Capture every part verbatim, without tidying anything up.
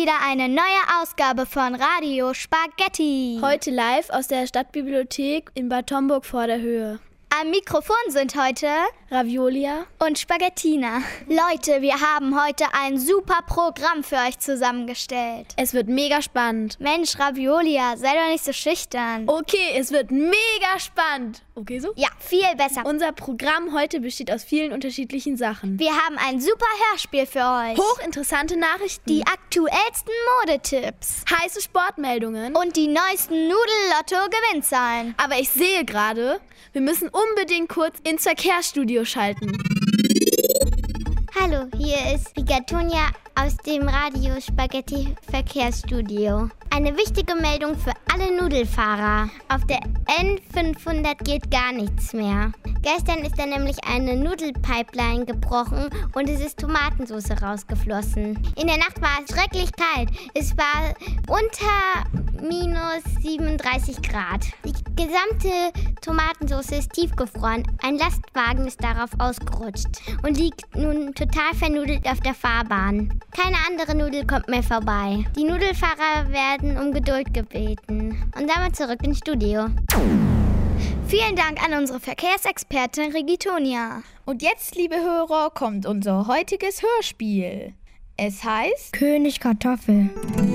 wieder eine neue Ausgabe von Radio Spaghetti. Heute live aus der Stadtbibliothek in Bad Homburg vor der Höhe. Am Mikrofon sind heute Raviolia und Spaghettina. Leute, wir haben heute ein super Programm für euch zusammengestellt. Es wird mega spannend. Mensch, Raviolia, sei doch nicht so schüchtern. Okay, es wird mega spannend. Okay so? Ja, viel besser. Unser Programm heute besteht aus vielen unterschiedlichen Sachen. Wir haben ein super Hörspiel für euch. Hochinteressante Nachrichten. Die aktuellsten Modetipps. Heiße Sportmeldungen. Und die neuesten Nudel-Lotto-Gewinnzahlen. Aber ich sehe gerade, wir müssen unbedingt kurz ins Verkehrsstudio schalten. Hallo, hier ist Rigatonia aus dem Radio Spaghetti Verkehrsstudio. Eine wichtige Meldung für alle Nudelfahrer. Auf der N fünfhundert geht gar nichts mehr. Gestern ist da nämlich eine Nudelpipeline gebrochen und es ist Tomatensauce rausgeflossen. In der Nacht war es schrecklich kalt. Es war unter minus siebenunddreißig Grad. Die gesamte Tomatensauce ist tiefgefroren. Ein Lastwagen ist darauf ausgerutscht und liegt nun total vernudelt auf der Fahrbahn. Keine andere Nudel kommt mehr vorbei. Die Nudelfahrer werden um Geduld gebeten. Und damit zurück ins Studio. Vielen Dank an unsere Verkehrsexpertin Rigitonia. Und jetzt, liebe Hörer, kommt unser heutiges Hörspiel. Es heißt König Kartoffel.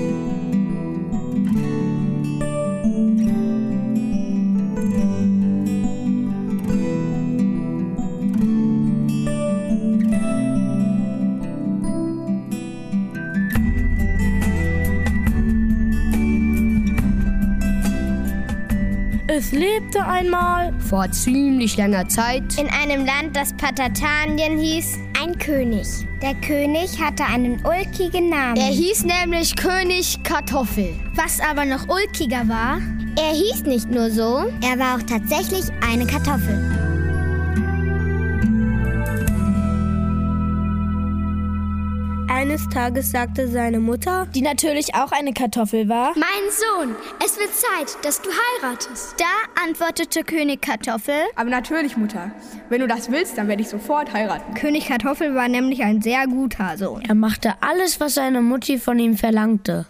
Es lebte einmal, vor ziemlich langer Zeit, in einem Land, das Patatanien hieß, ein König. Der König hatte einen ulkigen Namen. Er hieß nämlich König Kartoffel. Was aber noch ulkiger war, er hieß nicht nur so, er war auch tatsächlich eine Kartoffel. Eines Tages sagte seine Mutter, die natürlich auch eine Kartoffel war: Mein Sohn, es wird Zeit, dass du heiratest. Da antwortete König Kartoffel: Aber natürlich, Mutter. Wenn du das willst, dann werde ich sofort heiraten. König Kartoffel war nämlich ein sehr guter Sohn. Er machte alles, was seine Mutti von ihm verlangte.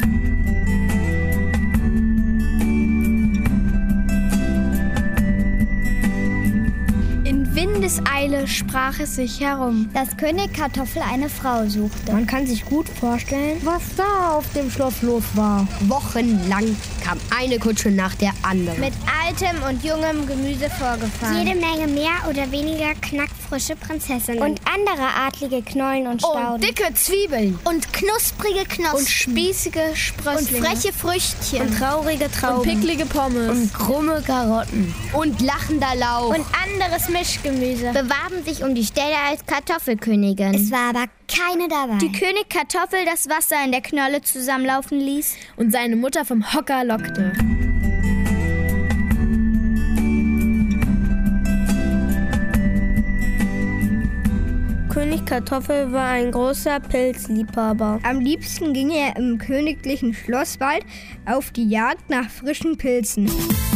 Windeseile sprach es sich herum, dass König Kartoffel eine Frau suchte. Man kann sich gut vorstellen, was da auf dem Schloss los war. Wochenlang kam eine Kutsche nach der anderen. Mit altem und jungem Gemüse vorgefahren. Jede Menge mehr oder weniger knackfrische Prinzessinnen. Und andere adlige Knollen und Stauden. Und dicke Zwiebeln. Und knusprige Knospen. Und spießige Sprösslinge. Und freche Früchtchen. Und traurige Trauben. Und picklige Pommes. Und krumme Karotten. Und lachender Lauch. Und anderes Mischgemüse. Bewarben sich um die Stelle als Kartoffelkönigin. Es war aber keine dabei. Die König Kartoffel das Wasser in der Knolle zusammenlaufen ließ und seine Mutter vom Hocker lockte. König Kartoffel war ein großer Pilzliebhaber. Am liebsten ging er im königlichen Schlosswald auf die Jagd nach frischen Pilzen.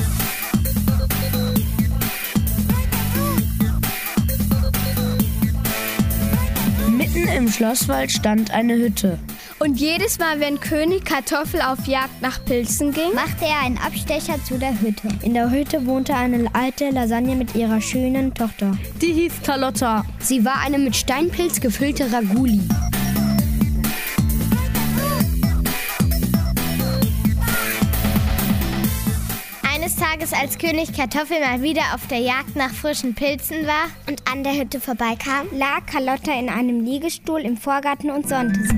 Mitten im Schlosswald stand eine Hütte. Und jedes Mal, wenn König Kartoffel auf Jagd nach Pilzen ging, machte er einen Abstecher zu der Hütte. In der Hütte wohnte eine alte Lasagne mit ihrer schönen Tochter. Die hieß Carlotta. Sie war eine mit Steinpilz gefüllte Raguli. Eines Tages, als König Kartoffel mal wieder auf der Jagd nach frischen Pilzen war und an der Hütte vorbeikam, lag Carlotta in einem Liegestuhl im Vorgarten und sonnte sich.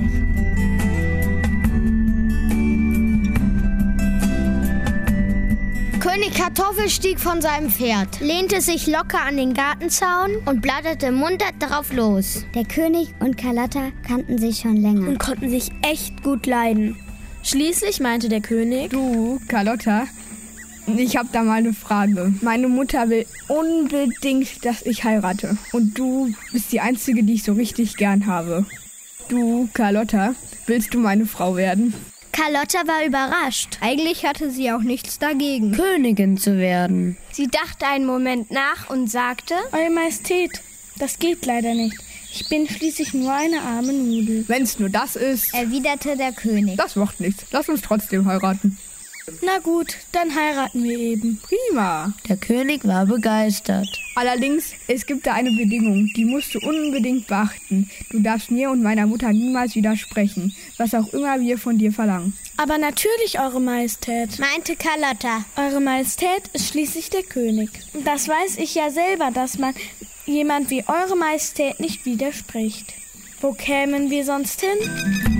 König Kartoffel stieg von seinem Pferd, lehnte sich locker an den Gartenzaun und plauderte munter drauf los. Der König und Carlotta kannten sich schon länger und konnten sich echt gut leiden. Schließlich meinte der König: Du, Carlotta, ich habe da mal eine Frage. Meine Mutter will unbedingt, dass ich heirate. Und du bist die Einzige, die ich so richtig gern habe. Du, Carlotta, willst du meine Frau werden? Carlotta war überrascht. Eigentlich hatte sie auch nichts dagegen, Königin zu werden. Sie dachte einen Moment nach und sagte: Eure Majestät, das geht leider nicht. Ich bin schließlich nur eine arme Nudel. Wenn's nur das ist, erwiderte der König. das macht nichts. Lass uns trotzdem heiraten. Na gut, dann heiraten wir eben. Prima. Der König war begeistert. Allerdings, es gibt da eine Bedingung, die musst du unbedingt beachten. Du darfst mir und meiner Mutter niemals widersprechen, was auch immer wir von dir verlangen. Aber natürlich, Eure Majestät. Meinte Carlotta. Eure Majestät ist schließlich der König. Das weiß ich ja selber, dass man jemand wie Eure Majestät nicht widerspricht. Wo kämen wir sonst hin?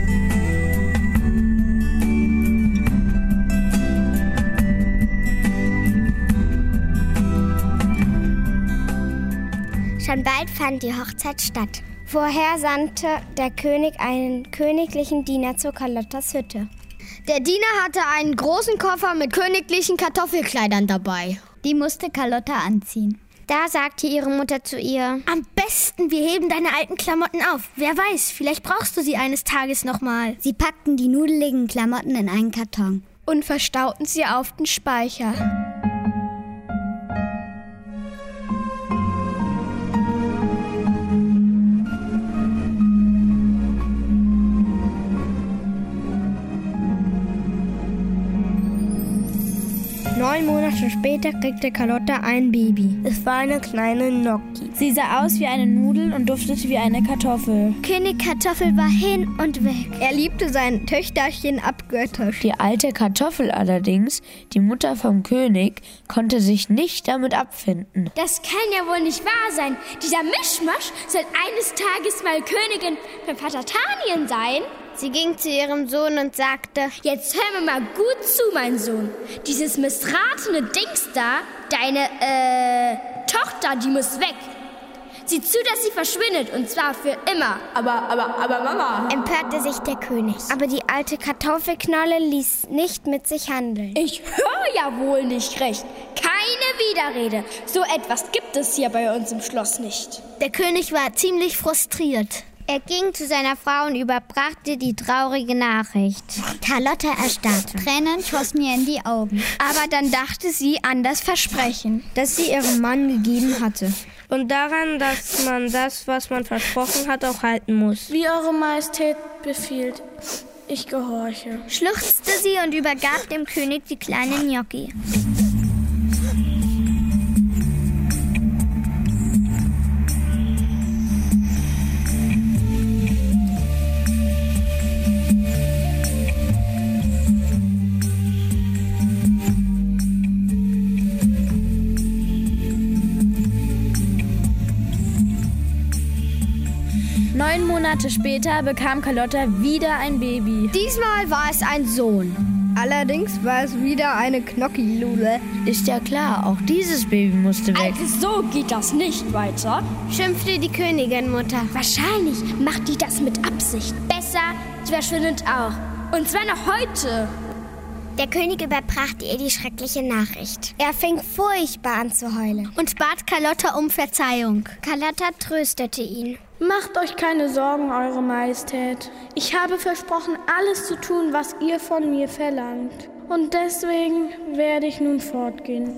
Schon bald fand die Hochzeit statt. Vorher sandte der König einen königlichen Diener zu Carlottas Hütte. Der Diener hatte einen großen Koffer mit königlichen Kartoffelkleidern dabei. Die musste Carlotta anziehen. Da sagte ihre Mutter zu ihr: Am besten, wir heben deine alten Klamotten auf. Wer weiß, vielleicht brauchst du sie eines Tages nochmal. Sie packten die nudeligen Klamotten in einen Karton Und verstauten sie auf den Speicher. Neun Monate später kriegte Carlotta ein Baby. Es war eine kleine Gnocchi. Sie sah aus wie eine Nudel und duftete wie eine Kartoffel. König Kartoffel war hin und weg. Er liebte sein Töchterchen abgöttisch. Die alte Kartoffel allerdings, die Mutter vom König, konnte sich nicht damit abfinden. Das kann ja wohl nicht wahr sein. Dieser Mischmasch soll eines Tages mal Königin von Patatanien sein. Sie ging zu ihrem Sohn und sagte: Jetzt hör mir mal gut zu, mein Sohn. Dieses missratene Dings da, deine, äh, Tochter, die muss weg. Sieh zu, dass sie verschwindet, und zwar für immer. Aber, aber, aber Mama... empörte sich der König. Aber die alte Kartoffelknolle ließ nicht mit sich handeln. Ich höre ja wohl nicht recht. Keine Widerrede. So etwas gibt es hier bei uns im Schloss nicht. Der König war ziemlich frustriert. Er ging zu seiner Frau und überbrachte die traurige Nachricht. Carlotta erstarrte. Tränen schossen ihr in die Augen. Aber dann dachte sie an das Versprechen, das sie ihrem Mann gegeben hatte. Und daran, dass man das, was man versprochen hat, auch halten muss. Wie Eure Majestät befiehlt, ich gehorche. Schluchzte sie und übergab dem König die kleine Gnocchi. Neun Monate später bekam Carlotta wieder ein Baby. Diesmal war es ein Sohn. Allerdings war es wieder eine Gnocchi-Nudel. Ist ja klar, auch dieses Baby musste weg. Also so geht das nicht weiter, schimpfte die Königin-Mutter. Wahrscheinlich macht die das mit Absicht. Besser, sie verschwindet auch. Und zwar noch heute. Der König überbrachte ihr die schreckliche Nachricht. Er fing furchtbar an zu heulen und bat Carlotta um Verzeihung. Carlotta tröstete ihn. Macht euch keine Sorgen, Eure Majestät. Ich habe versprochen, alles zu tun, was ihr von mir verlangt. Und deswegen werde ich nun fortgehen.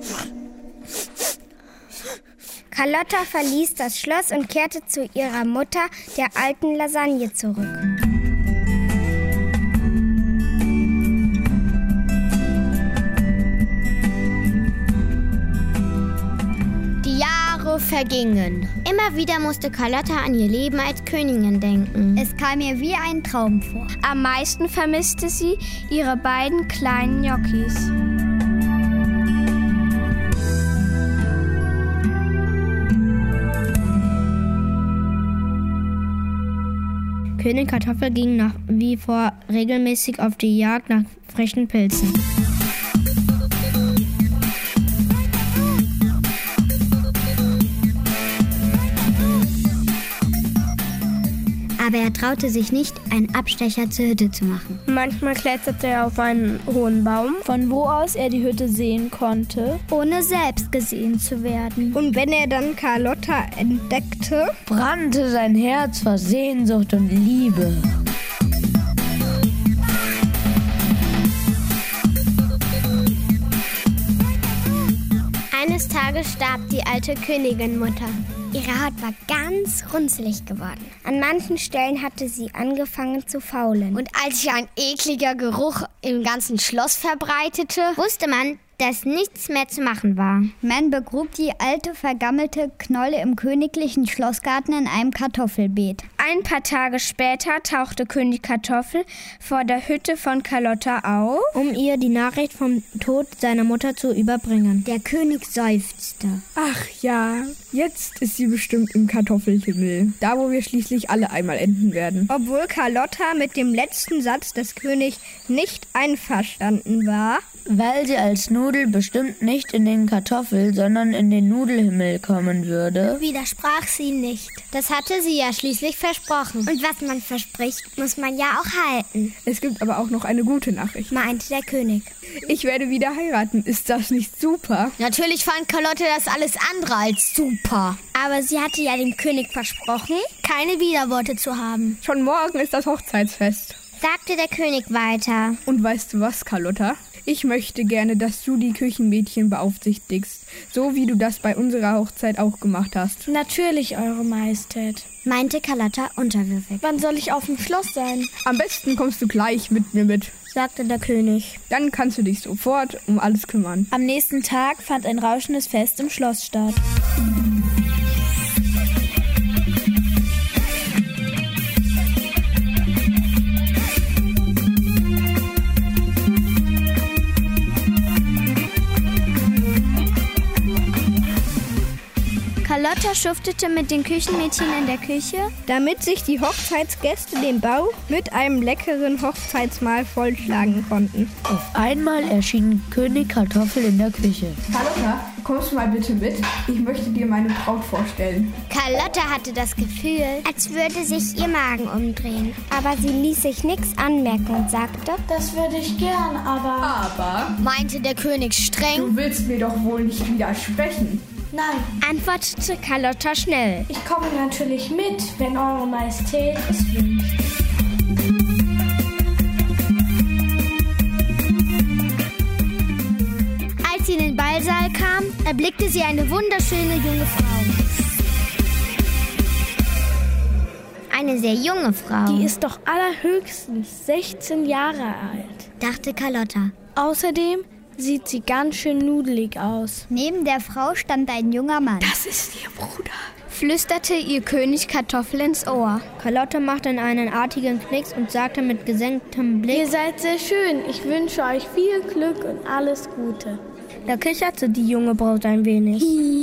Carlotta verließ das Schloss und kehrte zu ihrer Mutter, der alten Lasagne, zurück. Vergingen. Immer wieder musste Carlotta an ihr Leben als Königin denken. Es kam ihr wie ein Traum vor. Am meisten vermisste sie ihre beiden kleinen Gnocchis. König Kartoffel ging nach wie vor regelmäßig auf die Jagd nach frischen Pilzen. Aber er traute sich nicht, einen Abstecher zur Hütte zu machen. Manchmal kletterte er auf einen hohen Baum, von wo aus er die Hütte sehen konnte, ohne selbst gesehen zu werden. Und wenn er dann Carlotta entdeckte, brannte sein Herz vor Sehnsucht und Liebe. Eines Tages starb die alte Königin-Mutter. Ihre Haut war ganz runzelig geworden. An manchen Stellen hatte sie angefangen zu faulen. Und als sich ein ekliger Geruch im ganzen Schloss verbreitete, wusste man, dass nichts mehr zu machen war. Man begrub die alte, vergammelte Knolle im königlichen Schlossgarten in einem Kartoffelbeet. Ein paar Tage später tauchte König Kartoffel vor der Hütte von Carlotta auf, um ihr die Nachricht vom Tod seiner Mutter zu überbringen. Der König seufzte. Ach ja, jetzt ist sie bestimmt im Kartoffelhimmel, da wo wir schließlich alle einmal enden werden. Obwohl Carlotta mit dem letzten Satz des Königs nicht einverstanden war, weil sie als Nudel bestimmt nicht in den Kartoffel, sondern in den Nudelhimmel kommen würde, widersprach sie nicht. Das hatte sie ja schließlich versprochen. Und was man verspricht, muss man ja auch halten. Es gibt aber auch noch eine gute Nachricht, meinte der König. Ich werde wieder heiraten. Ist das nicht super? Natürlich fand Carlotta das alles andere als super. Aber sie hatte ja dem König versprochen, keine Widerworte zu haben. Schon morgen ist das Hochzeitsfest, sagte der König weiter. Und weißt du was, Carlotta? Ich möchte gerne, dass du die Küchenmädchen beaufsichtigst, so wie du das bei unserer Hochzeit auch gemacht hast. Natürlich, Eure Majestät, meinte Carlotta unterwürfig. Wann soll ich auf dem Schloss sein? Am besten kommst du gleich mit mir mit, sagte der König. Dann kannst du dich sofort um alles kümmern. Am nächsten Tag fand ein rauschendes Fest im Schloss statt. Carlotta schuftete mit den Küchenmädchen in der Küche, damit sich die Hochzeitsgäste den Bauch mit einem leckeren Hochzeitsmahl vollschlagen konnten. Auf einmal erschien König Kartoffel in der Küche. Carlotta, kommst du mal bitte mit? Ich möchte dir meine Braut vorstellen. Carlotta hatte das Gefühl, als würde sich ihr Magen umdrehen. Aber sie ließ sich nichts anmerken und sagte, das würde ich gern, aber... Aber, meinte der König streng, du willst mir doch wohl nicht widersprechen. Nein, antwortete Carlotta schnell. Ich komme natürlich mit, wenn Eure Majestät es wünscht. Als sie in den Ballsaal kam, erblickte sie eine wunderschöne junge Frau. Eine sehr junge Frau. Die ist doch allerhöchstens sechzehn Jahre alt, dachte Carlotta. Außerdem sieht sie ganz schön nudelig aus. Neben der Frau stand ein junger Mann. Das ist ihr Bruder, flüsterte ihr König Kartoffel ins Ohr. Carlotta machte einen artigen Knicks und sagte mit gesenktem Blick, ihr seid sehr schön, ich wünsche euch viel Glück und alles Gute. Da kicherte die junge Braut ein wenig.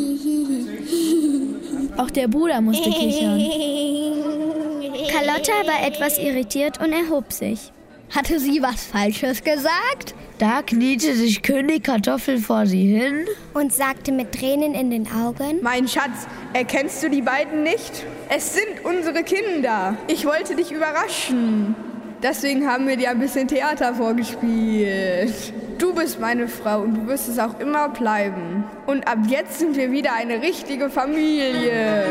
Auch der Bruder musste kichern. Carlotta war etwas irritiert und erhob sich. Hatte sie was Falsches gesagt? Da kniete sich König Kartoffel vor sie hin und sagte mit Tränen in den Augen, mein Schatz, erkennst du die beiden nicht? Es sind unsere Kinder. Ich wollte dich überraschen. Deswegen haben wir dir ein bisschen Theater vorgespielt. Du bist meine Frau und du wirst es auch immer bleiben. Und ab jetzt sind wir wieder eine richtige Familie.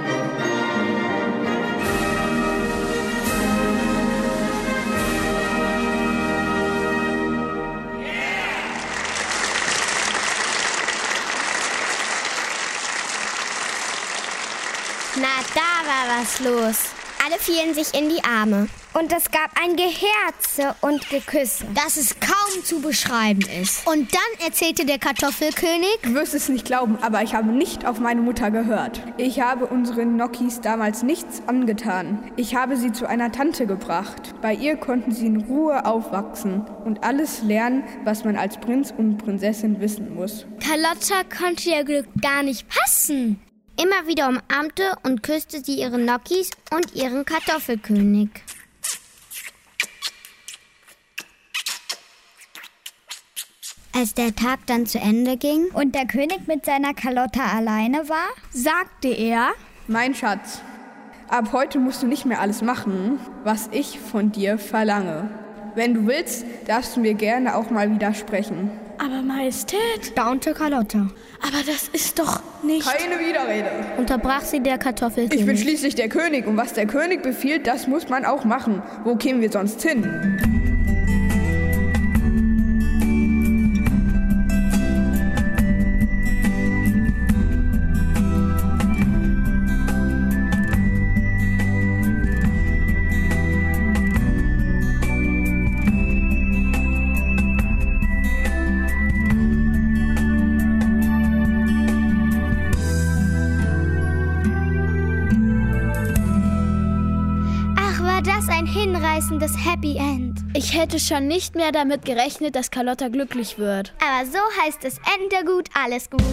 Na, da war was los. Alle fielen sich in die Arme. Und es gab ein Geherze und Geküsse, dass es kaum zu beschreiben ist. Und dann erzählte der Kartoffelkönig, du wirst es nicht glauben, aber ich habe nicht auf meine Mutter gehört. Ich habe unseren Nokis damals nichts angetan. Ich habe sie zu einer Tante gebracht. Bei ihr konnten sie in Ruhe aufwachsen und alles lernen, was man als Prinz und Prinzessin wissen muss. Carlotta konnte ihr Glück gar nicht passen. Immer wieder umarmte und küsste sie ihre Nokis und ihren Kartoffelkönig. Als der Tag dann zu Ende ging und der König mit seiner Carlotta alleine war, sagte er, mein Schatz, ab heute musst du nicht mehr alles machen, was ich von dir verlange. Wenn du willst, darfst du mir gerne auch mal widersprechen. Aber Majestät, staunte Carlotta. Aber das ist doch nicht... Keine Widerrede, unterbrach sie der Kartoffelkönig. Ich bin schließlich der König und was der König befiehlt, das muss man auch machen. Wo kämen wir sonst hin? passendes Happy End. Ich hätte schon nicht mehr damit gerechnet, dass Carlotta glücklich wird. Aber so heißt es Ende gut, alles gut.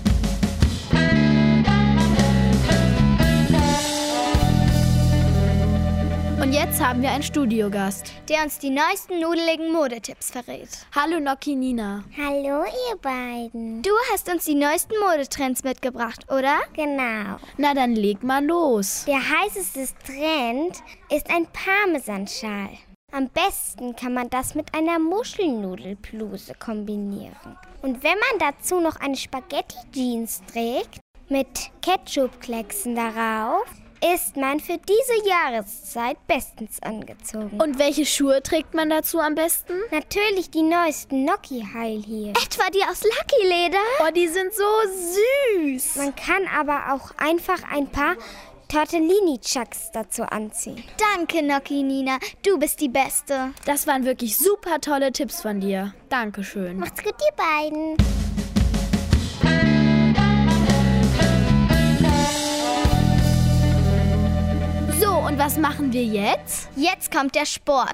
Und jetzt haben wir einen Studiogast, der uns die neuesten nudeligen Modetipps verrät. Hallo Noki Nina. Hallo ihr beiden. Du hast uns die neuesten Modetrends mitgebracht, oder? Genau. Na dann leg mal los. Der heißeste Trend ist ein Parmesanschal. Am besten kann man das mit einer Muschelnudelbluse kombinieren. Und wenn man dazu noch eine Spaghetti-Jeans trägt, mit Ketchup-Klecksen darauf, ist man für diese Jahreszeit bestens angezogen. Und welche Schuhe trägt man dazu am besten? Natürlich die neuesten Noki High Heels. Etwa die aus Lucky Leder? Oh, die sind so süß. Man kann aber auch einfach ein paar Tortellini-Chucks dazu anziehen. Danke, Noki Nina. Du bist die Beste. Das waren wirklich super tolle Tipps von dir. Dankeschön. Macht's gut, ihr beiden. So, und was machen wir jetzt? Jetzt kommt der Sport.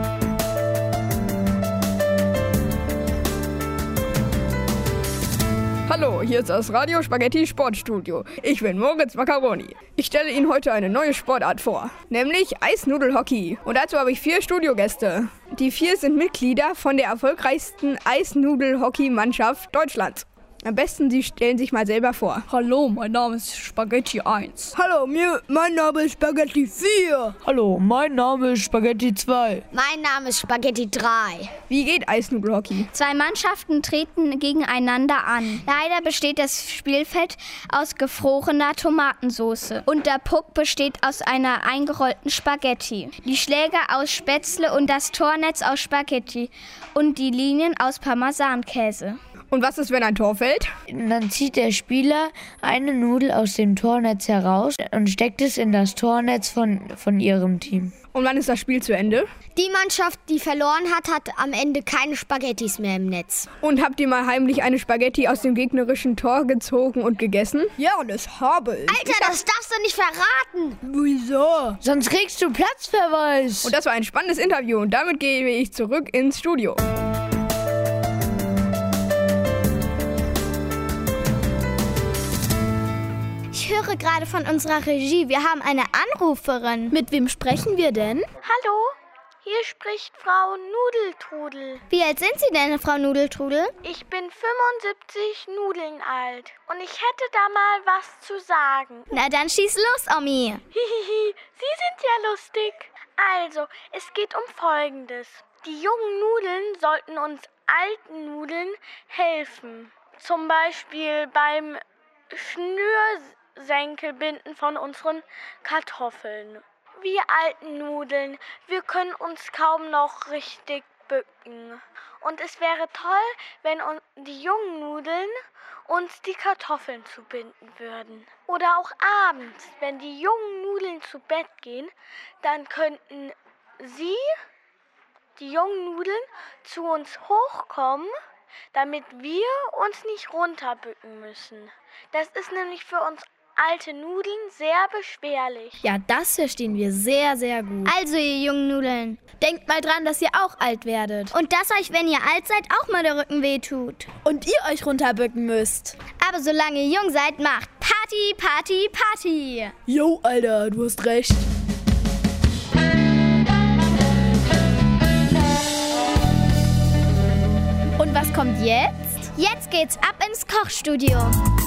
Hallo, hier ist das Radio Spaghetti Sportstudio. Ich bin Moritz Macaroni. Ich stelle Ihnen heute eine neue Sportart vor, nämlich Eisnudelhockey. Und dazu habe ich vier Studiogäste. Die vier sind Mitglieder von der erfolgreichsten Eisnudelhockey-Mannschaft Deutschlands. Am besten, Sie stellen sich mal selber vor. Hallo, mein Name ist Spaghetti eins. Hallo, mir, mein Name ist Spaghetti vier. Hallo, mein Name ist Spaghetti zwei. Mein Name ist Spaghetti drei. Wie geht Eisnudelhockey? Zwei Mannschaften treten gegeneinander an. Leider besteht das Spielfeld aus gefrorener Tomatensauce und der Puck besteht aus einer eingerollten Spaghetti. Die Schläger aus Spätzle und das Tornetz aus Spaghetti und die Linien aus Parmesankäse. Und was ist, wenn ein Tor fällt? Dann zieht der Spieler eine Nudel aus dem Tornetz heraus und steckt es in das Tornetz von, von ihrem Team. Und wann ist das Spiel zu Ende? Die Mannschaft, die verloren hat, hat am Ende keine Spaghettis mehr im Netz. Und habt ihr mal heimlich eine Spaghetti aus dem gegnerischen Tor gezogen und gegessen? Ja, das habe ich. Alter, das darfst du nicht verraten. Wieso? Sonst kriegst du Platzverweis. Und das war ein spannendes Interview und damit gehe ich zurück ins Studio. Ich höre gerade von unserer Regie, wir haben eine Anruferin. Mit wem sprechen wir denn? Hallo, hier spricht Frau Nudeltrudel. Wie alt sind Sie denn, Frau Nudeltrudel? Ich bin fünfundsiebzig Nudeln alt und ich hätte da mal was zu sagen. Na dann schieß los, Omi. Hihihi, Sie sind ja lustig. Also, es geht um Folgendes. Die jungen Nudeln sollten uns alten Nudeln helfen. Zum Beispiel beim Schnürsenkelbinden von unseren Kartoffeln. Wir alten Nudeln, wir können uns kaum noch richtig bücken. Und es wäre toll, wenn die jungen Nudeln uns die Kartoffeln zubinden würden. Oder auch abends, wenn die jungen Nudeln zu Bett gehen, dann könnten sie, die jungen Nudeln, zu uns hochkommen, damit wir uns nicht runterbücken müssen. Das ist nämlich für uns alte Nudeln sehr beschwerlich. Ja, das verstehen wir sehr, sehr gut. Also, ihr jungen Nudeln, denkt mal dran, dass ihr auch alt werdet. Und dass euch, wenn ihr alt seid, auch mal der Rücken wehtut. Und ihr euch runterbücken müsst. Aber solange ihr jung seid, macht Party, Party, Party. Jo, Alter, du hast recht. Und was kommt jetzt? Jetzt geht's ab ins Kochstudio.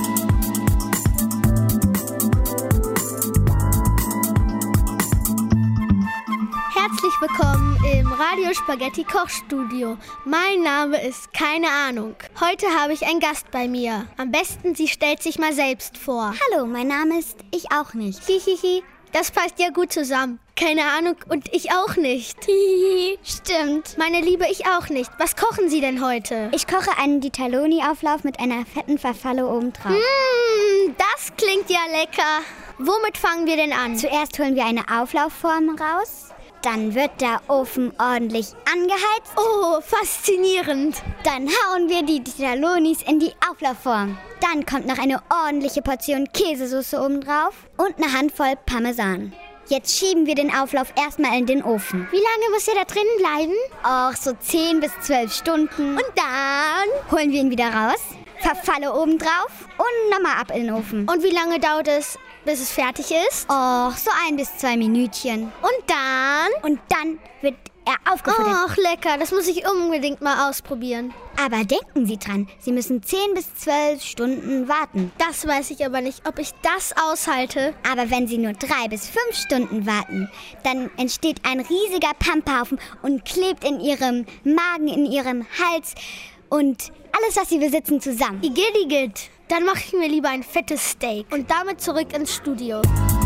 Herzlich willkommen im Radio Spaghetti Kochstudio. Mein Name ist keine Ahnung. Heute habe ich einen Gast bei mir. Am besten, sie stellt sich mal selbst vor. Hallo, mein Name ist Ich auch nicht. Hihihi, das passt ja gut zusammen. Keine Ahnung und ich auch nicht. Hihihi, stimmt. Meine Liebe, ich auch nicht. Was kochen Sie denn heute? Ich koche einen Ditaloni-Auflauf mit einer fetten Farfalle obendrauf. Mmh, das klingt ja lecker. Womit fangen wir denn an? Zuerst holen wir eine Auflaufform raus. Dann wird der Ofen ordentlich angeheizt. Oh, faszinierend. Dann hauen wir die Ditalonis in die Auflaufform. Dann kommt noch eine ordentliche Portion Käsesauce obendrauf und eine Handvoll Parmesan. Jetzt schieben wir den Auflauf erstmal in den Ofen. Wie lange muss er da drin bleiben? Och, so zehn bis zwölf Stunden. Und dann holen wir ihn wieder raus, Verfalle oben drauf und nochmal ab in den Ofen. Und wie lange dauert es, bis es fertig ist? Och, so ein bis zwei Minütchen. Und dann? Und dann wird er aufgefuttert. Ach, lecker. Das muss ich unbedingt mal ausprobieren. Aber denken Sie dran, Sie müssen zehn bis zwölf Stunden warten. Das weiß ich aber nicht, ob ich das aushalte. Aber wenn Sie nur drei bis fünf Stunden warten, dann entsteht ein riesiger Pamphaufen und klebt in Ihrem Magen, in Ihrem Hals und alles, was Sie besitzen, zusammen. Igitt, igitt. Dann mache ich mir lieber ein fettes Steak und damit zurück ins Studio.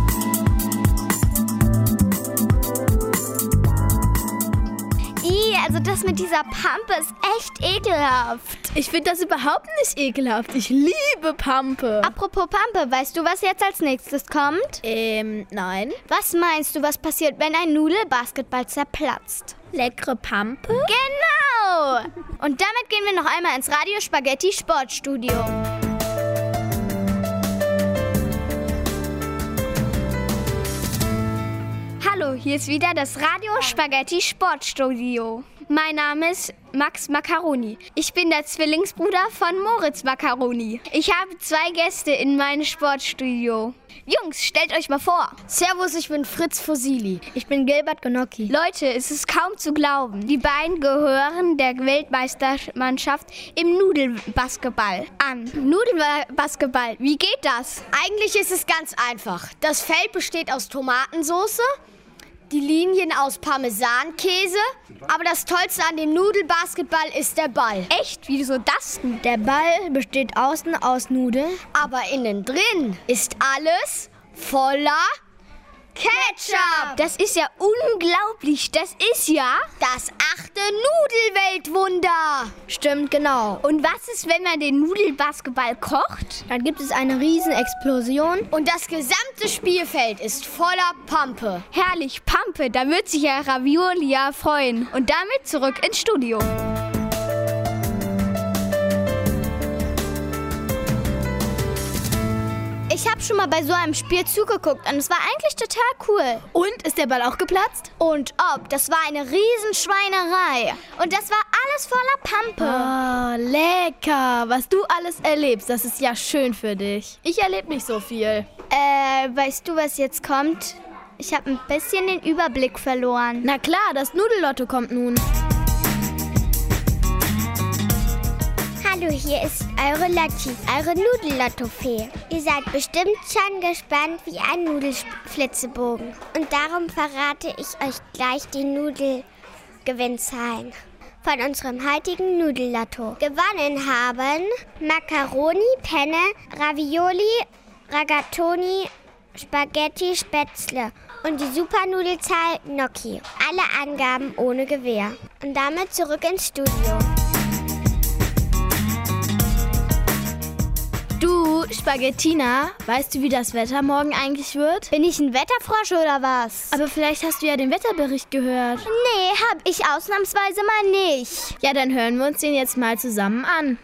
I, also das mit dieser Pampe ist echt ekelhaft. Ich finde das überhaupt nicht ekelhaft. Ich liebe Pampe. Apropos Pampe, weißt du, was jetzt als nächstes kommt? Ähm, nein. Was meinst du, was passiert, wenn ein Nudelbasketball zerplatzt? Leckere Pampe? Genau! Und damit gehen wir noch einmal ins Radio Spaghetti Sportstudio. Hallo, hier ist wieder das Radio Spaghetti Sportstudio. Mein Name ist Max Macaroni. Ich bin der Zwillingsbruder von Moritz Macaroni. Ich habe zwei Gäste in meinem Sportstudio. Jungs, stellt euch mal vor. Servus, ich bin Fritz Fossili. Ich bin Gilbert Gnocchi. Leute, es ist kaum zu glauben. Die beiden gehören der Weltmeistermannschaft im Nudelbasketball an. Nudelbasketball, wie geht das? Eigentlich ist es ganz einfach. Das Feld besteht aus Tomatensauce, die Linien aus Parmesankäse, aber das Tollste an dem Nudelbasketball ist der Ball. Echt? Wieso das denn? Der Ball besteht außen aus Nudeln, aber innen drin ist alles voller Ketchup. Das ist ja unglaublich. Das ist ja das achte Nudelweltwunder. Stimmt, genau. Und was ist, wenn man den Nudelbasketball kocht? Dann gibt es eine Riesenexplosion und das gesamte Spielfeld ist voller Pampe. Herrlich, Pampe. Da wird sich ja Ravioli ja freuen. Und damit zurück ins Studio. Ich habe schon mal bei so einem Spiel zugeguckt und es war eigentlich total cool. Und, ist der Ball auch geplatzt? Und ob, das war eine Riesenschweinerei. Und das war alles voller Pampe. Oh, lecker. Was du alles erlebst, das ist ja schön für dich. Ich erlebe nicht so viel. Äh, weißt du, was jetzt kommt? Ich habe ein bisschen den Überblick verloren. Na klar, das Nudellotto kommt nun. Hallo, hier ist eure Lotti, eure Nudellotto-Fee. Ihr seid bestimmt schon gespannt wie ein Nudelflitzebogen. Und darum verrate ich euch gleich die Nudelgewinnzahlen von unserem heutigen Nudellotto. Gewonnen haben Macaroni, Penne, Ravioli, Ragatoni, Spaghetti, Spätzle und die Supernudelzahl Gnocchi. Alle Angaben ohne Gewähr. Und damit zurück ins Studio. Du, Spaghettina, weißt du, wie das Wetter morgen eigentlich wird? Bin ich ein Wetterfrosch oder was? Aber vielleicht hast du ja den Wetterbericht gehört. Nee, hab ich ausnahmsweise mal nicht. Ja, dann hören wir uns den jetzt mal zusammen an.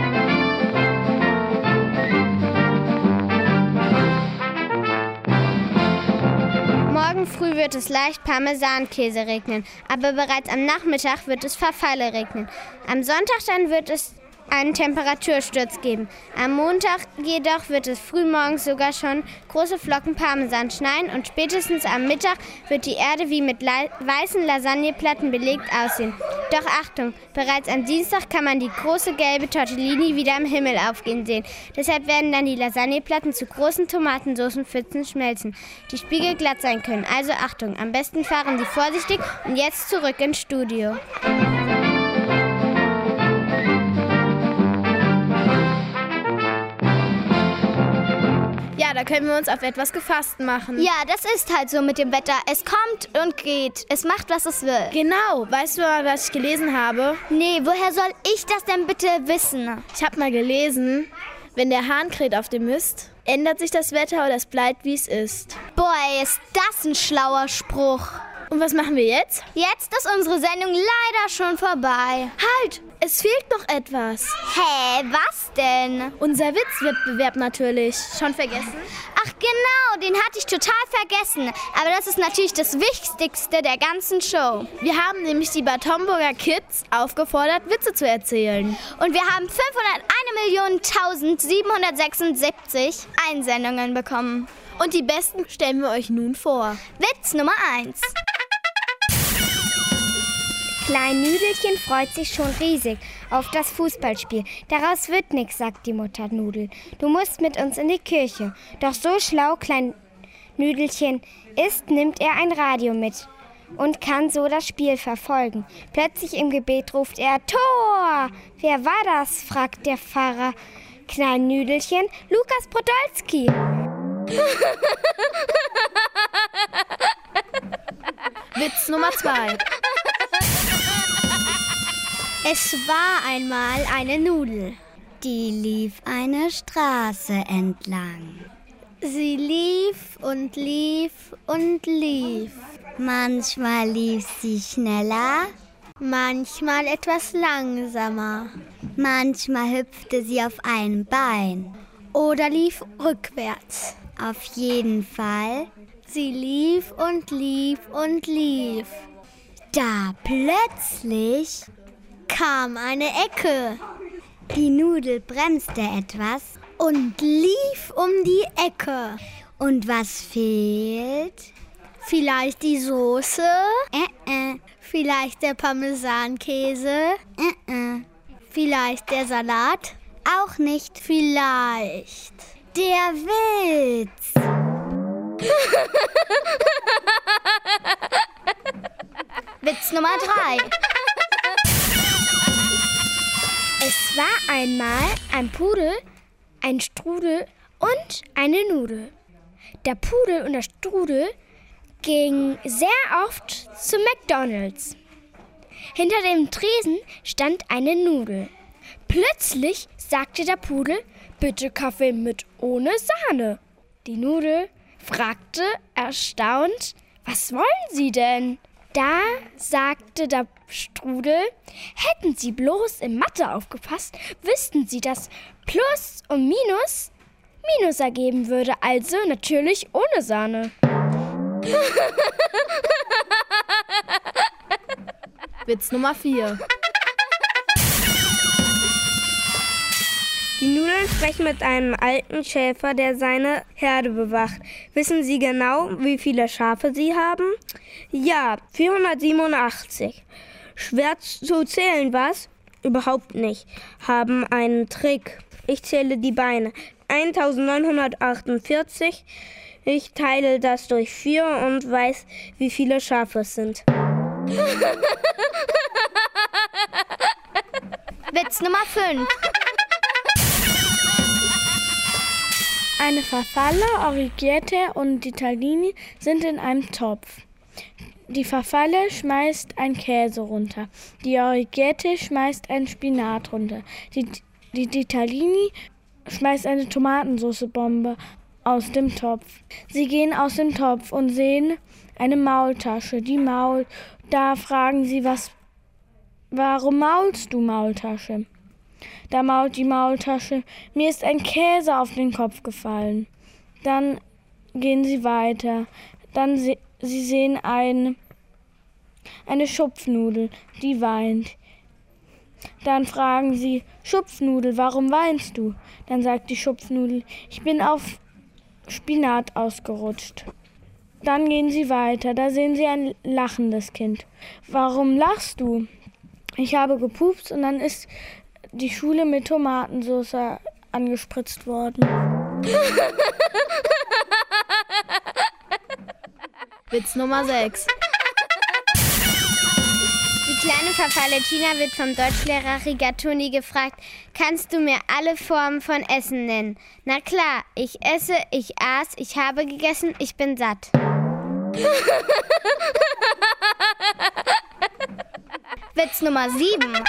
Morgen früh wird es leicht Parmesankäse regnen, aber bereits am Nachmittag wird es Verfalle regnen. Am Sonntag dann wird es einen Temperatursturz geben. Am Montag jedoch wird es frühmorgens sogar schon große Flocken Parmesan schneien und spätestens am Mittag wird die Erde wie mit la- weißen Lasagneplatten belegt aussehen. Doch Achtung, bereits am Dienstag kann man die große gelbe Tortellini wieder am Himmel aufgehen sehen. Deshalb werden dann die Lasagneplatten zu großen Tomatensoßenpfützen schmelzen, die spiegelglatt sein können. Also Achtung, am besten fahren Sie vorsichtig und jetzt zurück ins Studio. Ja, da können wir uns auf etwas gefasst machen. Ja, das ist halt so mit dem Wetter. Es kommt und geht. Es macht, was es will. Genau. Weißt du mal, was ich gelesen habe? Nee, woher soll ich das denn bitte wissen? Ich habe mal gelesen, wenn der Hahn kräht auf dem Mist, ändert sich das Wetter oder es bleibt, wie es ist. Boah, ist das ein schlauer Spruch. Und was machen wir jetzt? Jetzt ist unsere Sendung leider schon vorbei. Halt! Es fehlt noch etwas. Hä, was denn? Unser Witzwettbewerb natürlich. Schon vergessen? Ach Genau, den hatte ich total vergessen. Aber das ist natürlich das Wichtigste der ganzen Show. Wir haben nämlich die Bad Homburger Kids aufgefordert, Witze zu erzählen. Und wir haben fünfhunderteine Millionen tausendsiebenhundertsechsundsiebzig Einsendungen bekommen. Und die besten stellen wir euch nun vor. Witz Nummer eins. Klein Nüdelchen freut sich schon riesig auf das Fußballspiel. Daraus wird nichts, sagt die Mutter Nudel. Du musst mit uns in die Kirche. Doch so schlau Klein Nüdelchen ist, nimmt er ein Radio mit und kann so das Spiel verfolgen. Plötzlich im Gebet ruft er Tor! Wer war das? Fragt der Pfarrer Klein Nüdelchen. Lukas Podolski. Witz Nummer zwei. Es war einmal eine Nudel. Die lief eine Straße entlang. Sie lief und lief und lief. Manchmal lief sie schneller, manchmal etwas langsamer. Manchmal hüpfte sie auf einem Bein oder lief rückwärts. Auf jeden Fall. Sie lief und lief und lief. Da plötzlich kam eine Ecke. Die Nudel bremste etwas und lief um die Ecke. Und was fehlt? Vielleicht die Soße? Äh, äh. Vielleicht der Parmesankäse? Äh, äh. Vielleicht der Salat? Auch nicht. Vielleicht der Witz. Witz Nummer drei. Es war einmal ein Pudel, ein Strudel und eine Nudel. Der Pudel und der Strudel gingen sehr oft zu McDonald's. Hinter dem Tresen stand eine Nudel. Plötzlich sagte der Pudel, bitte Kaffee mit ohne Sahne. Die Nudel fragte erstaunt, was wollen Sie denn? Da sagte der Strudel, hätten Sie bloß in Mathe aufgepasst, wüssten Sie, dass Plus und Minus Minus ergeben würde, also natürlich ohne Sahne. Witz Nummer vier. Die Nudeln sprechen mit einem alten Schäfer, der seine Herde bewacht. Wissen Sie genau, wie viele Schafe Sie haben? Ja, vierhundertsiebenundachtzig. Schwer zu zählen, was? Überhaupt nicht. Haben einen Trick. Ich zähle die Beine. eintausendneunhundertachtundvierzig. Ich teile das durch vier und weiß, wie viele Schafe es sind. Witz Nummer fünf. Eine Farfalle, Origierte und die Tallini sind in einem Topf. Die Farfalle schmeißt einen Käse runter. Die Origierte schmeißt einen Spinat runter. Die, die, die Tallini schmeißt eine Tomatensoßebombe aus dem Topf. Sie gehen aus dem Topf und sehen eine Maultasche, die mault. Da fragen sie, was, warum maulst du, Maultasche? Da mault die Maultasche, mir ist ein Käse auf den Kopf gefallen. Dann gehen sie weiter. Dann se- sie sehen ein, eine Schupfnudel, die weint. Dann fragen sie, Schupfnudel, warum weinst du? Dann sagt die Schupfnudel, ich bin auf Spinat ausgerutscht. Dann gehen sie weiter, da sehen sie ein lachendes Kind. Warum lachst du? Ich habe gepupst und dann ist die Schule mit Tomatensauce angespritzt worden. Witz Nummer sechs. Die kleine Farfalle Tina wird vom Deutschlehrer Rigatoni gefragt, kannst du mir alle Formen von Essen nennen? Na klar, ich esse, ich aß, ich habe gegessen, ich bin satt. Witz Nummer sieben.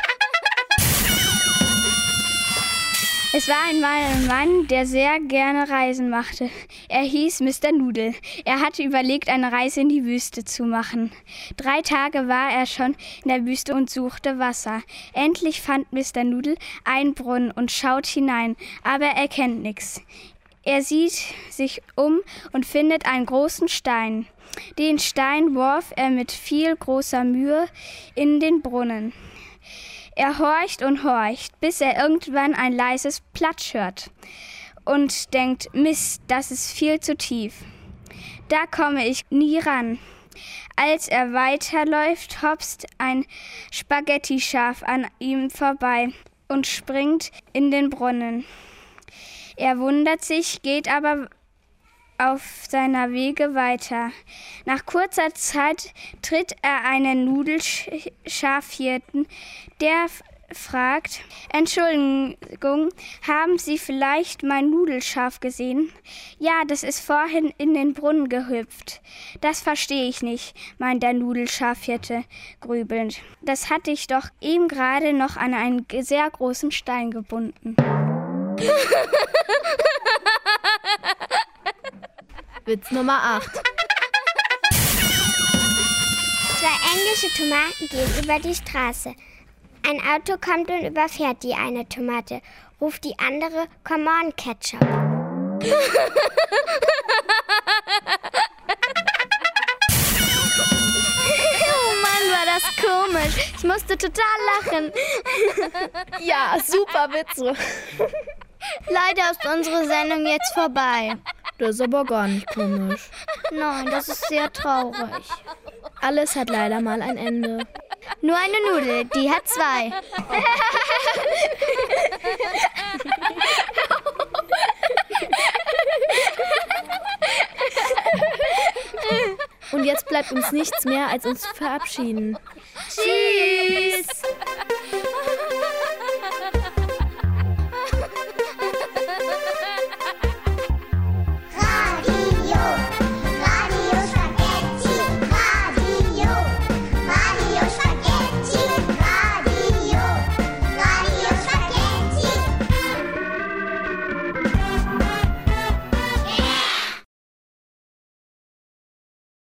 Es war einmal ein Mann, der sehr gerne Reisen machte. Er hieß Mister Nudel. Er hatte überlegt, eine Reise in die Wüste zu machen. Drei Tage war er schon in der Wüste und suchte Wasser. Endlich fand Mister Nudel einen Brunnen und schaut hinein, aber er kennt nichts. Er sieht sich um und findet einen großen Stein. Den Stein warf er mit viel großer Mühe in den Brunnen. Er horcht und horcht, bis er irgendwann ein leises Platsch hört und denkt, Mist, das ist viel zu tief. Da komme ich nie ran. Als er weiterläuft, hopst ein Spaghettischaf an ihm vorbei und springt in den Brunnen. Er wundert sich, geht aber auf seiner Wege weiter. Nach kurzer Zeit tritt er einen Nudelschafhirten, der f- fragt, Entschuldigung, haben Sie vielleicht mein Nudelschaf gesehen? Ja, das ist vorhin in den Brunnen gehüpft. Das verstehe ich nicht, meint der Nudelschafhirte grübelnd. Das hatte ich doch eben gerade noch an einen sehr großen Stein gebunden. Witz Nummer acht. Zwei englische Tomaten gehen über die Straße. Ein Auto kommt und überfährt die eine Tomate. Ruft die andere, come on, Ketchup. Oh Mann, war das komisch. Ich musste total lachen. Ja, super Witze. Leider ist unsere Sendung jetzt vorbei. Das ist aber gar nicht komisch. Nein, das ist sehr traurig. Alles hat leider mal ein Ende. Nur eine Nudel, die hat zwei. Und jetzt bleibt uns nichts mehr, als uns zu verabschieden. Tschüss!